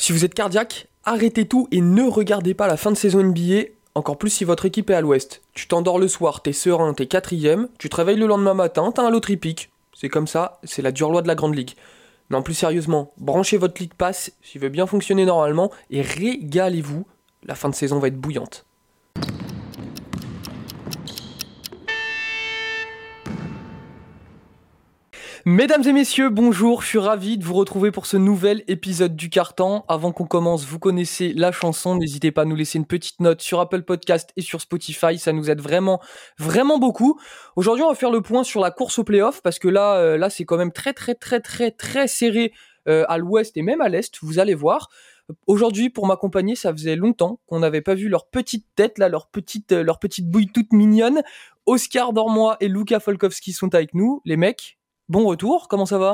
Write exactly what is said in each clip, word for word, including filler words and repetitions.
Si vous êtes cardiaque, arrêtez tout et ne regardez pas la fin de saison N B A, encore plus si votre équipe est à l'ouest. Tu t'endors le soir, t'es serein, t'es quatrième, tu te réveilles le lendemain matin, t'as un lot tripique. C'est comme ça, c'est la dure loi de la grande ligue. Non, plus sérieusement, branchez votre League Pass s'il veut bien fonctionner normalement et régalez-vous, la fin de saison va être bouillante. Mesdames et messieurs, bonjour, je suis ravi de vous retrouver pour ce nouvel épisode du Carton. Avant qu'on commence, vous connaissez la chanson, n'hésitez pas à nous laisser une petite note sur Apple Podcast et sur Spotify, ça nous aide vraiment, vraiment beaucoup. Aujourd'hui, on va faire le point sur la course au play-off, parce que là, euh, là c'est quand même très très très très très serré euh, à l'ouest et même à l'est, vous allez voir. Aujourd'hui, pour m'accompagner, ça faisait longtemps qu'on n'avait pas vu leur petite tête, là, leur petite, euh, leur petite bouille toute mignonne. Oscar Dormois et Luka Folkowski sont avec nous, les mecs. Bon retour, comment ça va ?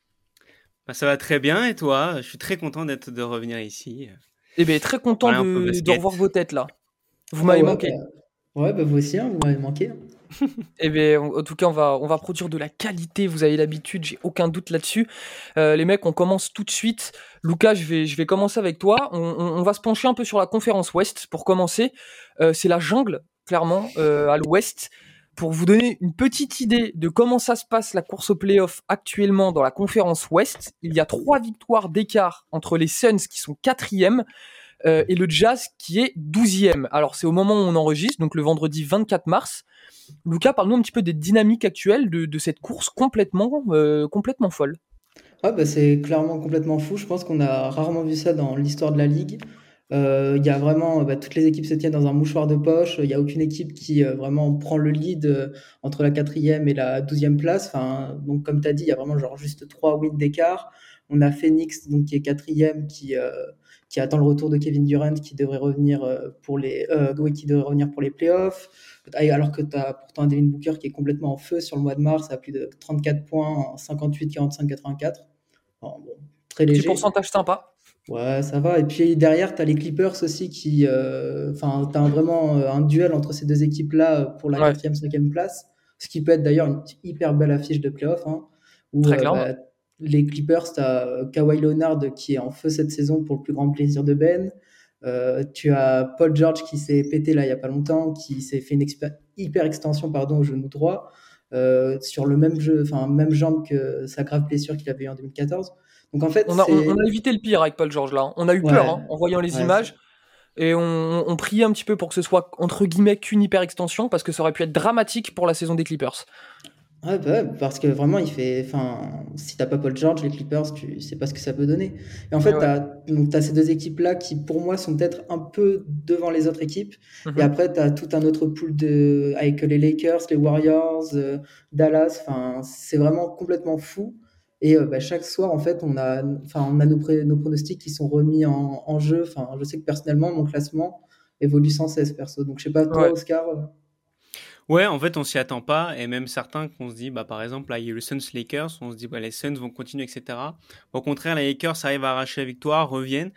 Bah, ça va très bien, et toi ? Je suis très content d'être de revenir ici. Eh bien, très content de, de revoir vos têtes là. Vous Ah m'avez ouais, manqué. Bah, ouais, bah vous aussi, hein, vous m'avez manqué. Hein. Eh bien, en tout cas, on va, on va produire de la qualité, vous avez l'habitude, j'ai aucun doute là-dessus. Euh, les mecs, on commence tout de suite. Lucas, je vais, je vais commencer avec toi. On, on, on va se pencher un peu sur la conférence Ouest pour commencer. Euh, c'est la jungle, clairement, euh, à l'Ouest. Pour vous donner une petite idée de comment ça se passe la course au play-off actuellement dans la conférence Ouest, il y a trois victoires d'écart entre les Suns qui sont quatrième euh, et le Jazz qui est douzième. Alors c'est au moment où on enregistre, donc le vendredi vingt-quatre mars. Lucas, parle-nous un petit peu des dynamiques actuelles de, de cette course complètement, euh, complètement folle. Ah bah c'est clairement complètement fou. Je pense qu'on a rarement vu ça dans l'histoire de la ligue. Il euh, y a vraiment, bah, toutes les équipes se tiennent dans un mouchoir de poche. Il n'y a aucune équipe qui euh, vraiment prend le lead euh, entre la quatrième et la douzième place. Enfin, donc comme tu as dit, il y a vraiment genre juste trois wins d'écart. On a Phoenix, donc qui est quatrième, qui euh, qui attend le retour de Kevin Durant, qui devrait revenir euh, pour les, euh, oui, qui devrait revenir pour les playoffs. Alors que tu as pourtant un Devin Booker qui est complètement en feu sur le mois de mars, à plus de trente-quatre points en cinquante-huit, quarante-cinq, quatre-vingt-quatre. Bon, bon, très léger. Petit pourcentage sympa. Ouais, ça va. Et puis derrière, tu as les Clippers aussi qui. Enfin, euh, tu as vraiment un duel entre ces deux équipes-là pour la quatrième, cinquième place. Ce qui peut être d'ailleurs une hyper belle affiche de playoff. Hein, où, Très clairement. Euh, bah, les Clippers, tu as Kawhi Leonard qui est en feu cette saison pour le plus grand plaisir de Ben. Euh, tu as Paul George qui s'est pété là il n'y a pas longtemps, qui s'est fait une exp- hyper extension pardon, au genou droit, euh, sur le même jeu, enfin même jambe que sa grave blessure qu'il avait eu en deux mille quatorze. Donc en fait, on a, c'est... on, on a évité le pire avec Paul George là. On a eu ouais, peur hein, en voyant les ouais, images. C'est... Et on, on priait un petit peu pour que ce soit entre guillemets qu'une hyper extension parce que ça aurait pu être dramatique pour la saison des Clippers. Ouais, bah, parce que vraiment, il fait. Enfin, si t'as pas Paul George, les Clippers, tu sais pas ce que ça peut donner. Et en fait, ouais. t'as, donc, t'as ces deux équipes-là qui, pour moi, sont peut-être un peu devant les autres équipes. Mm-hmm. Et après, t'as tout un autre pool de, avec les Lakers, les Warriors, euh, Dallas. Enfin, c'est vraiment complètement fou. Et euh, bah, chaque soir, en fait, on a, enfin, on a nos, pré- nos pronostics qui sont remis en, en jeu. Enfin, je sais que personnellement, mon classement évolue sans cesse, perso. Donc, je sais pas, toi, ouais. Oscar. Euh... Ouais, en fait, on s'y attend pas, et même certains qu'on se dit, bah, par exemple, là, il y a eu le Suns-Lakers, on se dit, bah, les Suns vont continuer, et cetera. Au contraire, les Lakers arrivent à arracher la victoire, reviennent.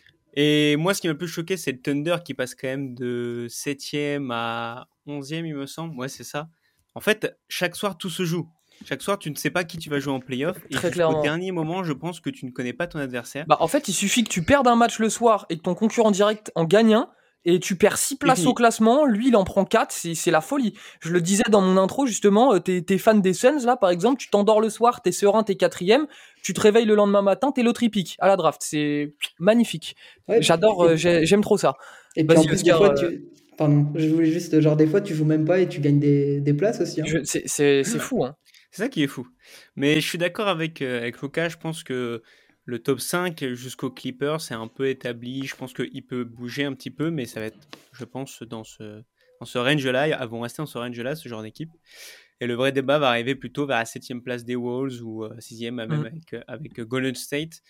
Et moi, ce qui m'a le plus choqué, c'est le Thunder qui passe quand même de septième à onzième, il me semble. Ouais, c'est ça. En fait, chaque soir, tout se joue. Chaque soir, tu ne sais pas qui tu vas jouer en play-off. Et Très jusqu'au clairement. dernier moment, je pense que tu ne connais pas ton adversaire. Bah, en fait, il suffit que tu perdes un match le soir et que ton concurrent direct en gagne un. Et tu perds six places au classement, lui il en prend quatre, c'est, c'est la folie. Je le disais dans mon intro justement, t'es, t'es fan des Suns là par exemple, tu t'endors le soir, t'es serein, t'es quatrième, tu te réveilles le lendemain matin, t'es l'autre hippique à la draft, c'est magnifique. Ouais, J'adore, et, euh, j'ai, j'aime trop ça. Et puis Vas-y, en plus Oscar, des fois, euh... tu... pardon, je voulais juste, genre des fois tu joues même pas et tu gagnes des, des places aussi. Hein. Je, c'est, c'est, c'est fou. Hein. C'est ça qui est fou. Mais je suis d'accord avec, euh, avec Lucas, je pense que le top cinq jusqu'au Clippers, c'est un peu établi. Je pense qu'il peut bouger un petit peu, mais ça va être, je pense, dans ce, dans ce range-là. Ils vont rester dans ce range-là, ce genre d'équipe. Et le vrai débat va arriver plutôt vers la septième place des Wolves ou euh, sixième, même mmh. avec, avec Golden State.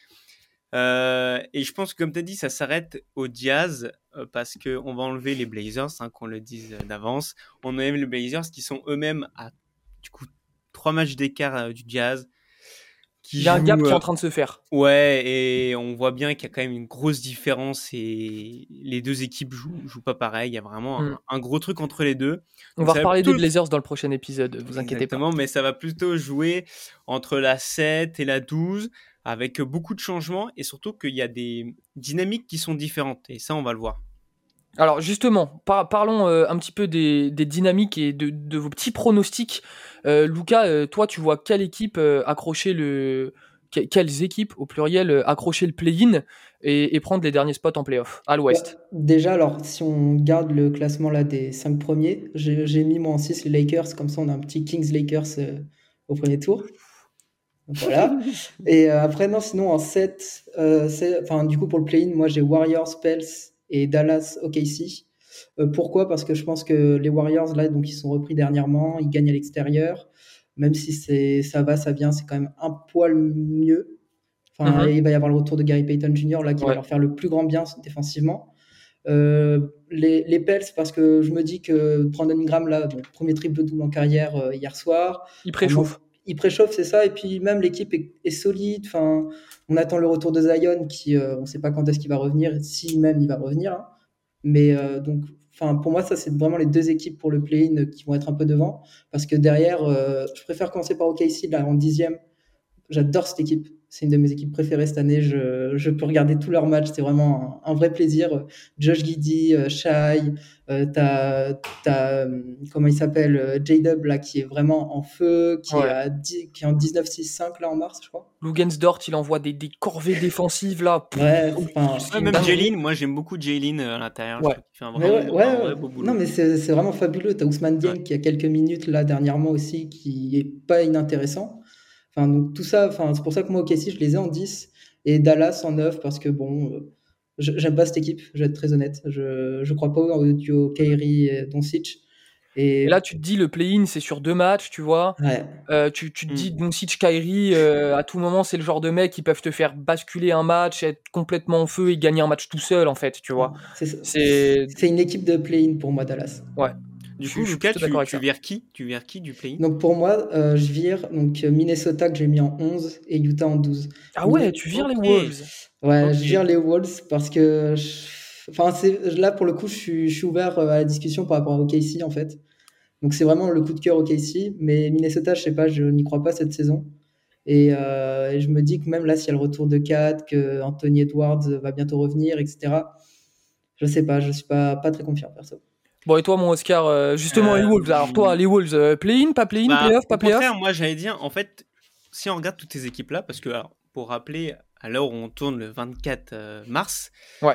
Euh, et je pense que, comme tu as dit, ça s'arrête au Jazz euh, parce qu'on va enlever les Blazers, hein, qu'on le dise d'avance. On enlève les Blazers qui sont eux-mêmes à, du coup, trois matchs d'écart euh, du Jazz. Il y a un gap euh, qui est en train de se faire. Ouais, et on voit bien qu'il y a quand même une grosse différence et les deux équipes jouent, jouent pas pareil. Il y a vraiment mm. un, un gros truc entre les deux. On Donc va reparler plutôt... des Blazers dans le prochain épisode, vous inquiétez Exactement, pas. mais ça va plutôt jouer entre la sept et la douze. avec beaucoup de changements et surtout qu'il y a des dynamiques qui sont différentes. Et ça, on va le voir. Alors justement, par- parlons euh, un petit peu des, des dynamiques et de, de vos petits pronostics. Euh, Lucas, euh, toi, tu vois quelle équipe euh, accrocher le... que- quelles équipes, au pluriel, euh, accrocher le play-in et, et prendre les derniers spots en play-off à Ouais, l'ouest? déjà, alors, si on garde le classement là des cinq premiers, j'ai j'ai mis moi en six les Lakers, comme ça on a un petit Kings-Lakers euh, au premier tour. Voilà. Et euh, après, non, sinon en sept, euh, c'est- enfin, du coup, pour le play-in, moi j'ai Warriors, Pels et Dallas O K C. Euh, pourquoi? Parce que je pense que les Warriors, là, donc ils sont repris dernièrement, ils gagnent à l'extérieur. Même si c'est, ça va, ça vient, c'est quand même un poil mieux. Enfin, Mhm. il va y avoir le retour de Gary Payton junior là, qui va Ouais. leur faire le plus grand bien défensivement. Euh, les, les Pels, parce que je me dis que Brandon Ingram, là, bon, premier triple-double en carrière euh, hier soir, Il en en- préchauffe. il préchauffe, c'est ça, et puis même l'équipe est, est solide. Enfin, on attend le retour de Zion, qui euh, on ne sait pas quand est-ce qu'il va revenir, si même il va revenir. Hein. Mais euh, donc, enfin, pour moi, ça, c'est vraiment les deux équipes pour le play-in qui vont être un peu devant, parce que derrière, euh, je préfère commencer par O K C, là, en dixième. J'adore cette équipe. C'est une de mes équipes préférées cette année. Je, je peux regarder tous leurs matchs. C'est vraiment un, un vrai plaisir. Josh Giddey, euh, Shai, euh, t'as, t'as, euh, comment il s'appelle, euh, J-Dub, là, qui est vraiment en feu, qui est, Ouais. à dix qui est en dix-neuf six cinq, là, en mars, je crois. Lugensdort, il envoie des, des corvées défensives là. Pff, Ouais, ouf, enfin, c'est Ouais, une même dinguerie. Jalen, moi j'aime beaucoup Jalen euh, à l'intérieur. Je Ouais. trouve qu'il fait un, mais vraiment, ouais, beau- un ouais, vrai ouais. beau Non, boulot. mais c'est, c'est vraiment fabuleux. T'as Ousmane Ouais. Dieng qui a quelques minutes, là, dernièrement aussi, qui est pas inintéressant. Enfin, donc tout ça, enfin, c'est pour ça que moi, O K C, je les ai en dix et Dallas en neuf parce que bon, euh, je- j'aime pas cette équipe, je vais être très honnête. Je, je crois pas au duo Kyrie et Doncic. Et là, Et tu te dis, le play-in, c'est sur deux matchs, tu vois. ouais, Euh, tu, tu te dis, Mm. Doncic, Kyrie, euh, à tout moment, c'est le genre de mec qui peuvent te faire basculer un match, être complètement en feu et gagner un match tout seul, en fait, tu vois. c'est C'est... c'est une équipe de play-in pour moi, Dallas. Ouais, je, Du suis- coup, je suis Lucas, plutôt d'accord tu, avec tu ça. vires qui? Tu vires qui du play-in? Donc pour moi, euh, je vire donc euh, Minnesota que j'ai mis en onze et Utah en douze. Ah ouais, Mini- tu vires les Ok, Wolves. Ouais, je ok. vire les Wolves parce que, je- enfin, c'est là pour le coup, je suis, je suis ouvert euh, à la discussion par rapport à O K C en fait. Donc c'est vraiment le coup de cœur O K C, mais Minnesota, je sais pas, je n'y crois pas cette saison. Et, euh, et je me dis que même là, s'il y a le retour de Kat, que Anthony Edwards va bientôt revenir, et cetera. Je sais pas, je suis pas pas très confiant perso. Bon, et toi, mon Oscar, euh, justement, les Euh, Wolves. Alors, toi, les Wolves, euh, play-in, pas play-in, bah, play-off, au pas play-off? contraire, moi j'allais dire, en fait, si on regarde toutes ces équipes-là, parce que alors, pour rappeler, à l'heure où on tourne le vingt-quatre euh, mars, Ouais.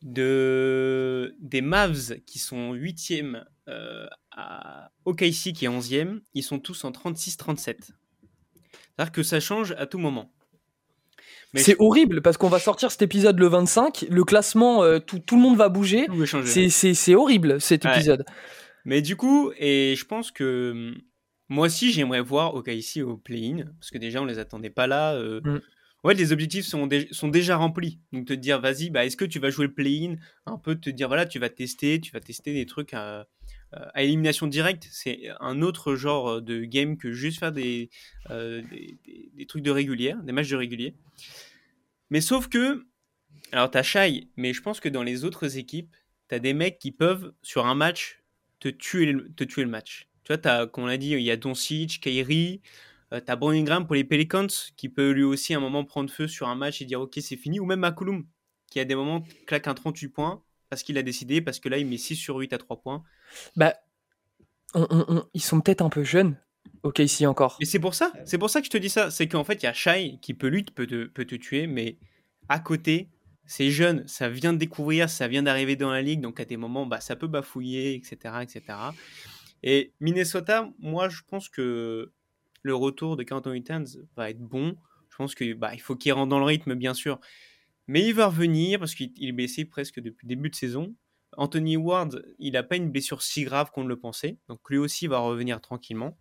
de... des Mavs qui sont huitième euh, à O K C qui est onzième, ils sont tous en trente-six trente-sept. C'est-à-dire que ça change à tout moment. Mais je... C'est horrible parce qu'on va sortir cet épisode le vingt-cinq, le classement, euh, tout, tout le monde va bouger. tout va changer. C'est, c'est, c'est horrible cet Ouais. épisode. Mais du coup, et je pense que hum, moi aussi j'aimerais voir O K C au play-in, parce que déjà on les attendait pas là. euh, Mm. Ouais, les objectifs sont, dé- sont déjà remplis. Donc te dire, vas-y, bah, est-ce que tu vas jouer le play-in? Un peu te dire, voilà, tu vas tester, tu vas tester des trucs à, à élimination directe. C'est un autre genre de game que juste faire des, euh, des, des- des trucs de régulière, des matchs de régulier. Mais sauf que, alors t'as Shai, mais je pense que dans les autres équipes, t'as des mecs qui peuvent, sur un match, te tuer le, te tuer le match. Tu vois, t'as, comme on l'a dit, il y a Doncic, Kyrie, euh, t'as Brandon Ingram pour les Pelicans, qui peut lui aussi à un moment prendre feu sur un match et dire ok, c'est fini, ou même McCollum, qui à des moments claque un trente-huit points, parce qu'il a décidé, parce que là, il met six sur huit à trois points. Bah, on- on- on- ils sont peut-être un peu jeunes. Ok, ici encore. Et c'est pour ça, c'est pour ça que je te dis ça, c'est qu'en fait, il y a Shai qui peut lui, peut te, peut te tuer, mais à côté, c'est jeune, ça vient de découvrir, ça vient d'arriver dans la ligue, donc à des moments, bah, ça peut bafouiller, et cetera, et cetera. Et Minnesota, moi, je pense que le retour de Karl Anthony Towns va être bon. Je pense que bah, il faut qu'il rentre dans le rythme, bien sûr, mais il va revenir parce qu'il il est blessé presque depuis le début de saison. Anthony Ward, il n'a pas une blessure si grave qu'on ne le pensait, donc lui aussi va revenir tranquillement.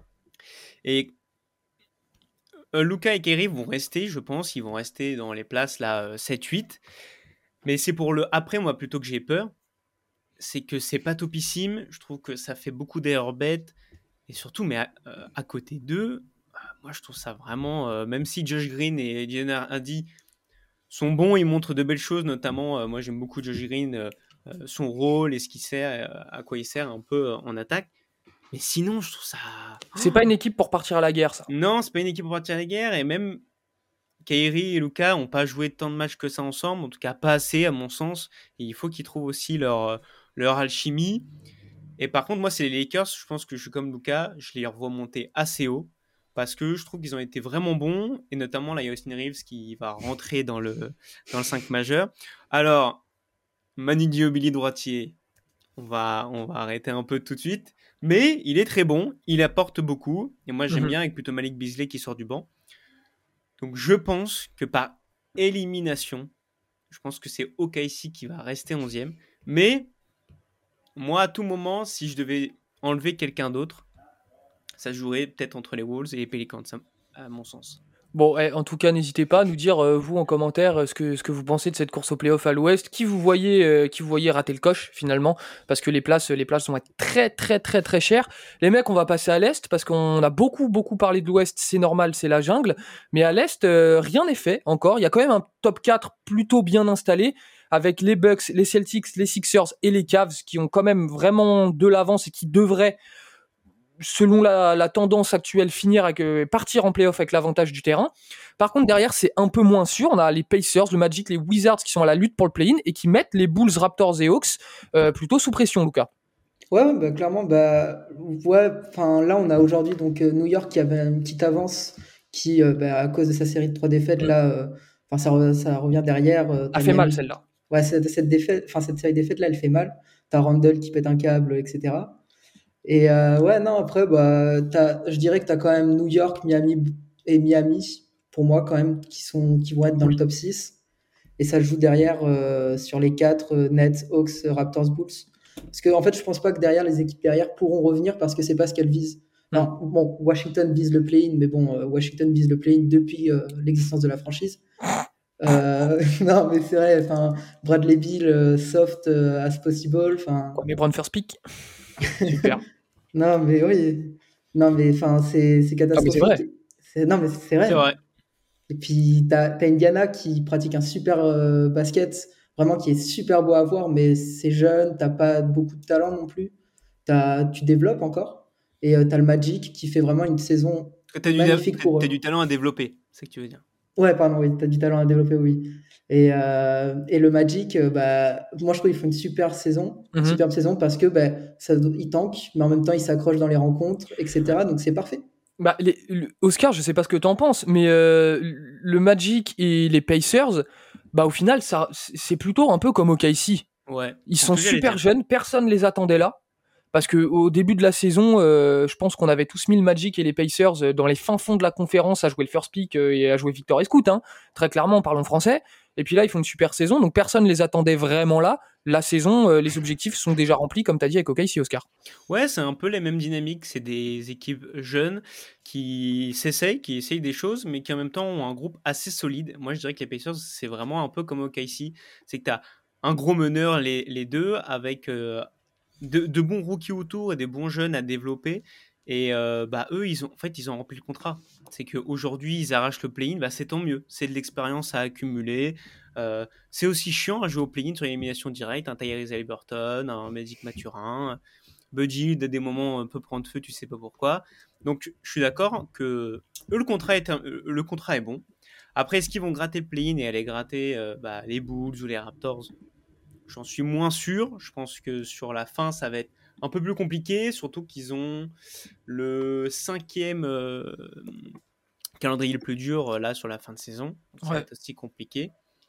Et euh, Luka et Kerry vont rester, je pense, ils vont rester dans les places là euh, sept huit. Mais c'est pour le après, moi, plutôt que j'ai peur. C'est que c'est pas topissime. Je trouve que ça fait beaucoup d'erreurs bêtes. Et surtout, mais à, euh, à côté d'eux, euh, moi, je trouve ça vraiment... euh, même si Josh Green et Diana Indy sont bons, ils montrent de belles choses. Notamment, euh, moi, j'aime beaucoup Josh Green, euh, euh, son rôle et ce qu'il sert, euh, à quoi il sert un peu euh, en attaque. Mais sinon, je trouve ça... C'est pas une équipe pour partir à la guerre, ça. Non, c'est pas une équipe pour partir à la guerre. Et même, Kyrie et Luka n'ont pas joué tant de matchs que ça ensemble, en tout cas pas assez à mon sens. Et il faut qu'ils trouvent aussi leur, leur alchimie. Et par contre, moi, c'est les Lakers. Je pense que je suis comme Luka, je les revois monter assez haut parce que je trouve qu'ils ont été vraiment bons, et notamment là, il y a Austin Reeves qui va rentrer dans le, dans le cinq majeur. Alors, Manu Ginobili droitier, on va, on va arrêter un peu tout de suite, mais il est très bon, il apporte beaucoup, et moi j'aime Mhm. bien avec plutôt Malik Beasley qui sort du banc. Donc je pense que par élimination, je pense que c'est O K C qui va rester onzième, mais moi à tout moment, si je devais enlever quelqu'un d'autre, ça jouerait peut-être entre les Wolves et les Pelicans, à mon sens. Bon, eh, en tout cas, n'hésitez pas à nous dire, euh, vous, en commentaire, euh, ce que, ce que vous pensez de cette course au playoff à l'Ouest, qui vous voyez, euh, qui vous voyez rater le coche, finalement, parce que les places, les places vont être très, très, très, très chères. Les mecs, on va passer à l'Est, parce qu'on a beaucoup, beaucoup parlé de l'Ouest, c'est normal, c'est la jungle, mais à l'Est, euh, rien n'est fait encore. Il y a quand même un top quatre plutôt bien installé, avec les Bucks, les Celtics, les Sixers et les Cavs, qui ont quand même vraiment de l'avance et qui devraient, selon la, la tendance actuelle, finir avec, euh, partir en playoff avec l'avantage du terrain. Par contre, derrière, c'est un peu moins sûr. On a les Pacers, le Magic, les Wizards qui sont à la lutte pour le play-in et qui mettent les Bulls, Raptors et Hawks euh, plutôt sous pression, Lucas. Ouais, bah, clairement, bah, ouais, enfin, là, on a aujourd'hui donc euh, New York qui avait une petite avance qui, euh, bah, à cause de sa série de trois défaites, là, euh, enfin, ça, re- ça revient derrière. Euh, A t'as fait mal, Miami. celle-là. Ouais, cette, cette défaite, enfin, cette série de défaites là, elle fait mal. T'as Randle qui pète un câble, et cetera. Et euh, ouais, non, après, bah, t'as, je dirais que t'as quand même New York, Miami et Miami, pour moi, quand même, qui sont, qui vont être dans le Oui. top six. Et ça joue derrière euh, sur les quatre, euh, Nets, Hawks, Raptors, Bulls. Parce que, en fait, je pense pas que derrière, les équipes derrière pourront revenir parce que c'est pas ce qu'elles visent. Hmm. Non, bon, Washington vise le play-in, mais bon, euh, Washington vise le play-in depuis euh, l'existence de la franchise. Euh, non, mais c'est vrai, enfin, Bradley Beal, euh, soft euh, as possible, enfin, Premier Brown first pick. Super. non, mais oui, non, mais enfin, c'est c'est Ah, mais c'est catastrophique. vrai. C'est, non, mais c'est C'est vrai. vrai. Et puis, tu as, Indiana qui pratique un super euh, basket, vraiment qui est super beau à voir, mais c'est jeune, t'as pas beaucoup de talent non plus. T'as, tu développes encore. Et tu as le Magic qui fait vraiment une saison Tu as du, magnifique t'as, pour t'as eux. du talent à développer, c'est ce que tu veux dire. Ouais, pardon, oui, tu as du talent à développer, oui. Et, euh, et le Magic, euh, bah, moi je trouve qu'ils font une super saison, une Mhm. superbe saison parce que bah, ça, ils tankent, mais en même temps ils s'accrochent dans les rencontres, et cetera. Donc c'est parfait. Bah, les, le- Oscar, je sais pas ce que t'en penses, mais euh, le Magic et les Pacers, bah au final, ça, c'est plutôt un peu comme O K C. Ouais, Ils c'est ce sont que j'allais super dire. jeunes, personne les attendait là. Parce que au début de la saison, euh, je pense qu'on avait tous mis le Magic et les Pacers euh, dans les fins fonds de la conférence à jouer le first pick euh, et à jouer Victor Escout, hein, très clairement, parlons français. Et puis là, ils font une super saison, donc personne les attendait vraiment là. La saison, euh, les objectifs sont déjà remplis, comme tu as dit avec O K C, Oscar. Ouais, c'est un peu les mêmes dynamiques. C'est des équipes jeunes qui s'essayent, qui essayent des choses, mais qui en même temps ont un groupe assez solide. Moi, je dirais que les Pacers, c'est vraiment un peu comme O K C. C'est que tu as un gros meneur, les, les deux, avec euh, de, de bons rookies autour et des bons jeunes à développer. Et euh, bah, eux, ils ont, en fait, ils ont rempli le contrat. C'est qu'aujourd'hui, ils arrachent le play-in, bah, c'est tant mieux. C'est de l'expérience à accumuler. Euh, c'est aussi chiant à jouer au play-in sur l'élimination directe. Un Tyrese Haliburton, un Magic Mathurin. Budgie, à des moments, un peu prendre feu, tu sais pas pourquoi. Donc, je suis d'accord que eux, le contrat est, un- le contrat est bon. Après, est-ce qu'ils vont gratter le play-in et aller gratter euh, bah, les Bulls ou les Raptors? J'en suis moins sûr. Je pense que sur la fin, ça va être un peu plus compliqué, surtout qu'ils ont le cinquième euh, calendrier le plus dur euh, là sur la fin de saison. Donc, ça va Ouais. être aussi compliqué.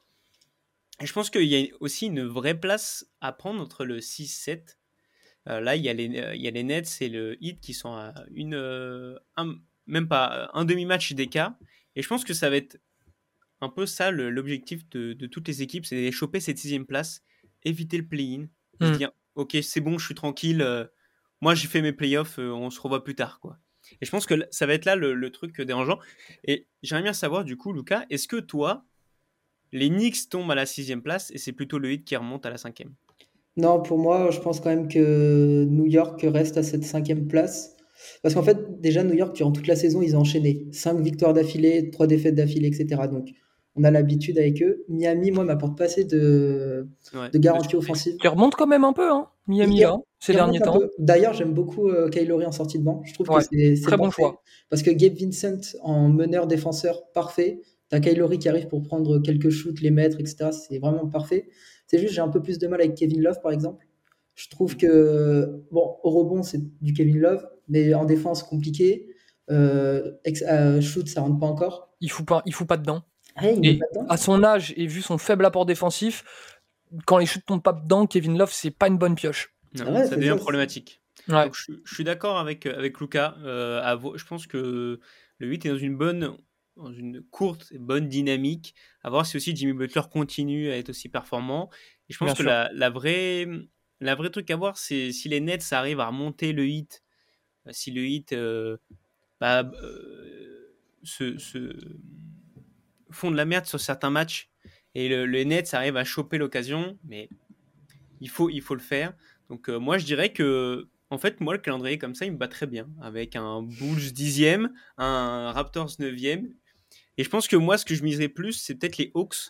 Et je pense qu'il y a aussi une vraie place à prendre entre le six sept. Euh, là, il y, a les, euh, il y a les Nets et le Heat qui sont à une, euh, un, même pas un demi-match d'écart. Et je pense que ça va être un peu ça le- l'objectif de, de toutes les équipes, c'est d'aller choper cette sixième place, éviter le play-in et se Hmm. dire ok, c'est bon, je suis tranquille. euh, moi, j'ai fait mes playoffs, euh, on se revoit plus tard, quoi. Et je pense que là, ça va être là le, le truc dérangeant. Et j'aimerais bien savoir du coup, Lucas, est-ce que toi, les Knicks tombent à la sixième place et c'est plutôt le Heat qui remonte à la cinquième? Non, pour moi, je pense quand même que New York reste à cette cinquième place. Parce qu'en fait, déjà, New York, durant toute la saison, ils ont enchaîné. Cinq victoires d'affilée, trois défaites d'affilée, et cetera. Donc, on a l'habitude avec eux. Miami, moi, m'apporte pas assez de, Ouais, de de garantie surprise. offensive. Qui remonte quand même un peu, hein, Il, Miami, il- là, ces il derniers remonte un temps. peu. D'ailleurs, j'aime beaucoup euh, Kyle Lowry en sortie de banc. Je trouve que Ouais, c'est c'est très bon parfait. choix. Parce que Gabe Vincent, en meneur défenseur parfait. T'as Kylori qui arrive pour prendre quelques shoots, les mettre, et cetera. C'est vraiment parfait. C'est juste, j'ai un peu plus de mal avec Kevin Love, par exemple. Je trouve que, bon, au rebond, c'est du Kevin Love, mais en défense, compliqué. Euh, ex- euh, shoot, ça rentre pas encore. Il fout pas, il fout pas dedans. Ah, il met Et pas dedans. à son âge et vu son faible apport défensif, quand les shoots tombent pas dedans, Kevin Love, c'est pas une bonne pioche. Non, Ah ouais, ça c'est devient ça, c'est- problématique. Ouais. Donc, je, je suis d'accord avec, euh, avec Lucas. Euh, à vo- je pense que le huit est dans une bonne, dans une courte et bonne dynamique. À voir si aussi Jimmy Butler continue à être aussi performant. Et je pense Bien que sûr. la, la vraie, la vraie truc à voir, c'est si les Nets arrivent à remonter le hit, euh, si le hit euh, bah, euh, se, se font de la merde sur certains matchs et le, les Nets arrivent à choper l'occasion, mais il faut, il faut le faire. Donc euh, moi je dirais que en fait moi le calendrier comme ça il me bat très bien avec un Bulls dixième, un Raptors neuvième et je pense que moi ce que je miserais plus c'est peut-être les Hawks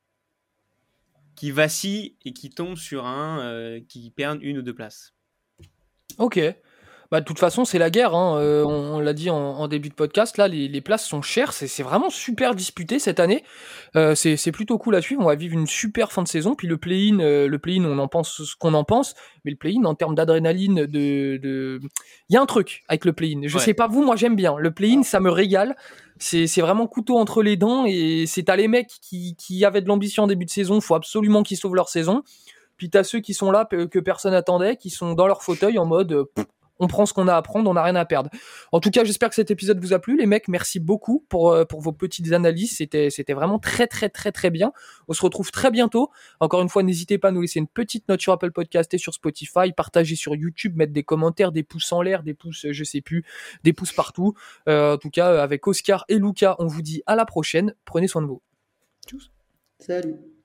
qui vacillent et qui tombent sur un euh, qui perdent une ou deux places. Ok. Bah, de toute façon, c'est la guerre. Hein. Euh, on, on l'a dit en, en début de podcast. Là, les, les places sont chères. C'est, c'est vraiment super disputé cette année. Euh, c'est, c'est plutôt cool à suivre. On va vivre une super fin de saison. Puis le play-in, euh, le play-in, on en pense ce qu'on en pense. Mais le play-in, en termes d'adrénaline, de, de, il y a un truc avec le play-in. Je Ouais. sais pas vous, moi j'aime bien. Le play-in, ça me régale. C'est, c'est vraiment couteau entre les dents. Et c'est t'as les mecs qui, qui avaient de l'ambition en début de saison. Faut absolument qu'ils sauvent leur saison. Puis t'as ceux qui sont là que personne attendait, qui sont dans leur fauteuil en mode. Euh, pff, on prend ce qu'on a à prendre, on n'a rien à perdre. En tout cas, j'espère que cet épisode vous a plu. Les mecs, merci beaucoup pour, euh, pour vos petites analyses. C'était, c'était vraiment très, très, très, très bien. On se retrouve très bientôt. Encore une fois, n'hésitez pas à nous laisser une petite note sur Apple Podcast et sur Spotify. Partagez sur YouTube, mettre des commentaires, des pouces en l'air, des pouces, je sais plus, des pouces partout. Euh, en tout cas, avec Oscar et Lucas, on vous dit à la prochaine. Prenez soin de vous. Salut.